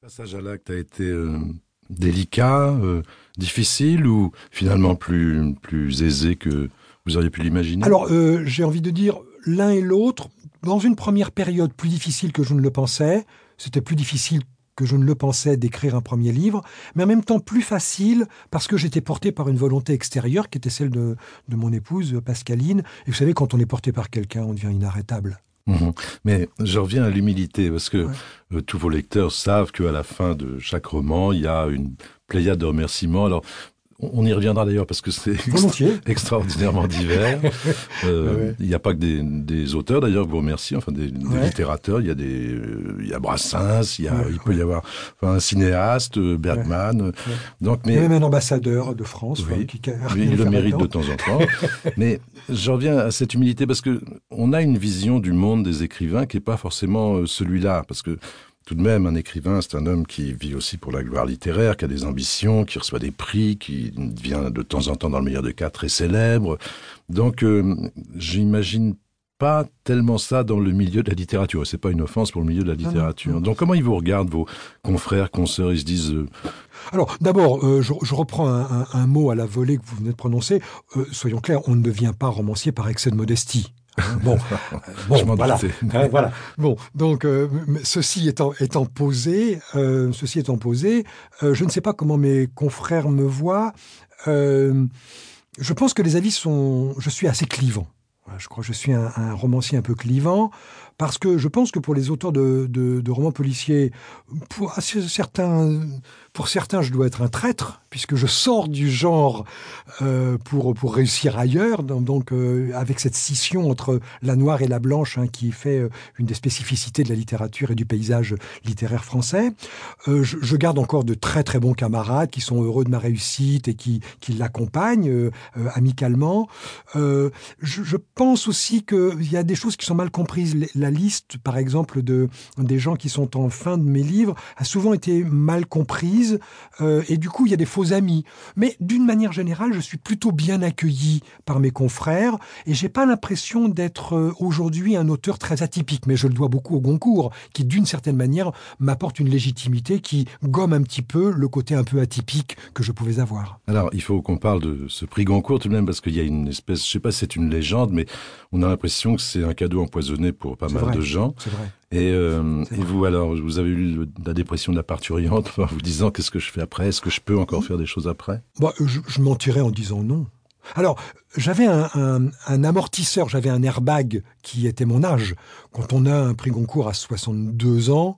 Le passage à l'acte a été délicat, difficile ou finalement plus aisé que vous auriez pu l'imaginer? Alors, j'ai envie de dire l'un et l'autre. Dans une première période plus difficile que je ne le pensais, c'était plus difficile que je ne le pensais d'écrire un premier livre, mais en même temps plus facile parce que j'étais porté par une volonté extérieure qui était celle de mon épouse, Pascaline. Et vous savez, quand on est porté par quelqu'un, on devient inarrêtable. Mhm. Mais je reviens à l'humilité, parce que Ouais. tous vos lecteurs savent qu'à la fin de chaque roman, il y a une pléiade de remerciements. Alors, on y reviendra d'ailleurs parce que c'est Volontiers. extraordinairement divers. Ouais, ouais. Il n'y a pas que des auteurs d'ailleurs que vous remerciez, enfin des Ouais. littérateurs. Il y a Brassens, Ouais, il peut ouais, y avoir enfin, un cinéaste, ouais, Bergman. ouais. Donc, Il y a mais même un ambassadeur de France oui, qui a oui, rien à il le faire mérite de là-dedans. temps en temps. Mais je reviens à cette humilité parce que on a une vision du monde des écrivains qui est pas forcément celui-là. Parce que tout de même, un écrivain, c'est un homme qui vit aussi pour la gloire littéraire, qui a des ambitions, qui reçoit des prix, qui devient de temps en temps, dans le meilleur des cas, très célèbre. Donc, j'imagine pas tellement ça dans le milieu de la littérature. C'est pas une offense pour le milieu de la Non, non, littérature. non. Donc, comment ils vous regardent, vos confrères, consoeurs? Ils se disent, Alors, d'abord, je reprends un mot à la volée que vous venez de prononcer. Soyons clairs, on ne devient pas romancier par excès de modestie. Hein. Bon, je bon, m'en voilà, doutais. hein, voilà. Bon, donc ceci étant posé, je ne sais pas comment mes confrères me voient. Euh, je pense que les avis sont. Je suis assez clivant. Voilà, je crois que je suis un romancier un peu clivant parce que je pense que pour les auteurs de romans policiers, pour pour certains, je dois être un traître puisque je sors du genre pour réussir ailleurs. Donc, avec cette scission entre la noire et la blanche, hein, qui fait une des spécificités de la littérature et du paysage littéraire français. Je garde encore de très très bons camarades qui sont heureux de ma réussite et qui l'accompagnent amicalement. Je pense aussi qu'il y a des choses qui sont mal comprises. La liste, par exemple, des gens qui sont en fin de mes livres a souvent été mal comprise et du coup, il y a des faux amis. Mais d'une manière générale, je suis plutôt bien accueilli par mes confrères et j'ai pas l'impression d'être aujourd'hui un auteur très atypique, mais je le dois beaucoup au Goncourt, qui d'une certaine manière m'apporte une légitimité qui gomme un petit peu le côté un peu atypique que je pouvais avoir. Alors, il faut qu'on parle de ce prix Goncourt tout de même, parce qu'il y a une espèce, je sais pas si c'est une légende, mais on a l'impression que c'est un cadeau empoisonné pour pas C'est mal vrai, de gens. c'est vrai. Et C'est vrai. vous, alors, vous avez eu la dépression de la parturiente en vous disant qu'est-ce que je fais après? Est-ce que je peux encore faire des choses après? Bon, je mentirais en disant non. Alors, j'avais un amortisseur, j'avais un airbag qui était mon âge. Quand on a un prix Goncourt à 62 ans,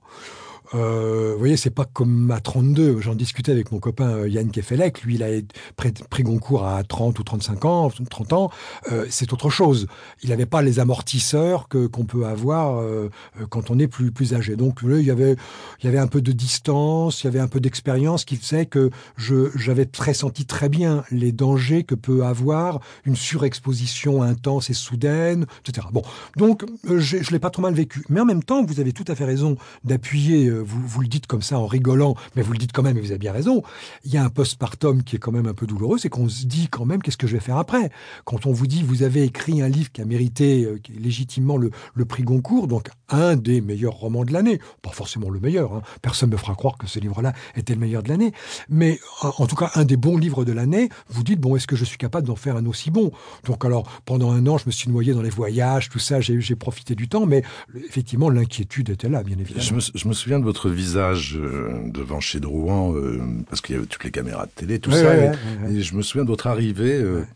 vous voyez, c'est pas comme à 32. J'en discutais avec mon copain Yann Kefelec. Lui, il a pris Goncourt à 30 ou 35 ans, 30 ans. C'est autre chose. Il n'avait pas les amortisseurs qu'on peut avoir quand on est plus âgé. Donc, là, il y avait un peu de distance, il y avait un peu d'expérience qui faisait que j'avais senti très bien les dangers que peut avoir une surexposition intense et soudaine, etc. Bon, donc, je l'ai pas trop mal vécu. Mais en même temps, vous avez tout à fait raison d'appuyer, vous le dites comme ça en rigolant, mais vous le dites quand même et vous avez bien raison, il y a un postpartum qui est quand même un peu douloureux, c'est qu'on se dit quand même qu'est-ce que je vais faire après. Quand on vous dit vous avez écrit un livre qui a mérité légitimement le prix Goncourt, donc un des meilleurs romans de l'année, pas forcément le meilleur, hein. Personne ne me fera croire que ce livre-là était le meilleur de l'année, mais en tout cas un des bons livres de l'année, vous dites bon, est-ce que je suis capable d'en faire un aussi bon? Donc alors pendant un an je me suis noyé dans les voyages, tout ça, j'ai profité du temps, mais effectivement l'inquiétude était là, bien évidemment. Je me souviens de votre visage devant chez Drouan, parce qu'il y avait toutes les caméras de télé, tout Ouais, ça, ouais, ouais, ouais, et je me souviens de votre arrivée, ouais.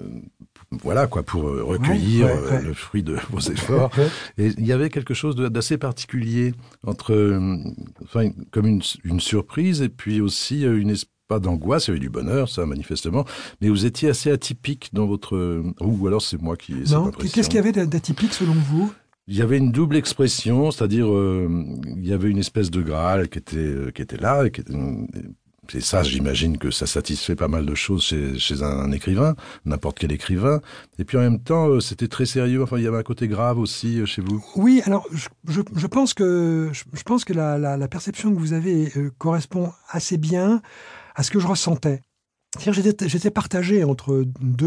voilà quoi, pour Ouais, recueillir ouais, ouais. le fruit de vos efforts. Et il y avait quelque chose d'assez particulier entre, enfin, comme une surprise et puis aussi pas d'angoisse, il y avait du bonheur, ça manifestement, mais vous étiez assez atypique dans votre, ou alors c'est moi qui ai cette Non, qu'est-ce qu'il y impression. avait d'atypique selon vous? Il y avait une double expression, c'est-à-dire il y avait une espèce de Graal qui était là, et ça, j'imagine que ça satisfait pas mal de choses chez un écrivain, n'importe quel écrivain. Et puis en même temps, c'était très sérieux. Enfin, il y avait un côté grave aussi chez vous. Oui, alors je pense que je pense que la perception que vous avez correspond assez bien à ce que je ressentais. C'est-à-dire j'étais partagé entre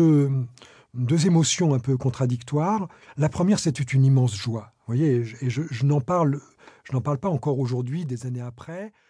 deux émotions un peu contradictoires. La première, c'était une immense joie. Vous voyez, je n'en parle pas encore aujourd'hui, des années après.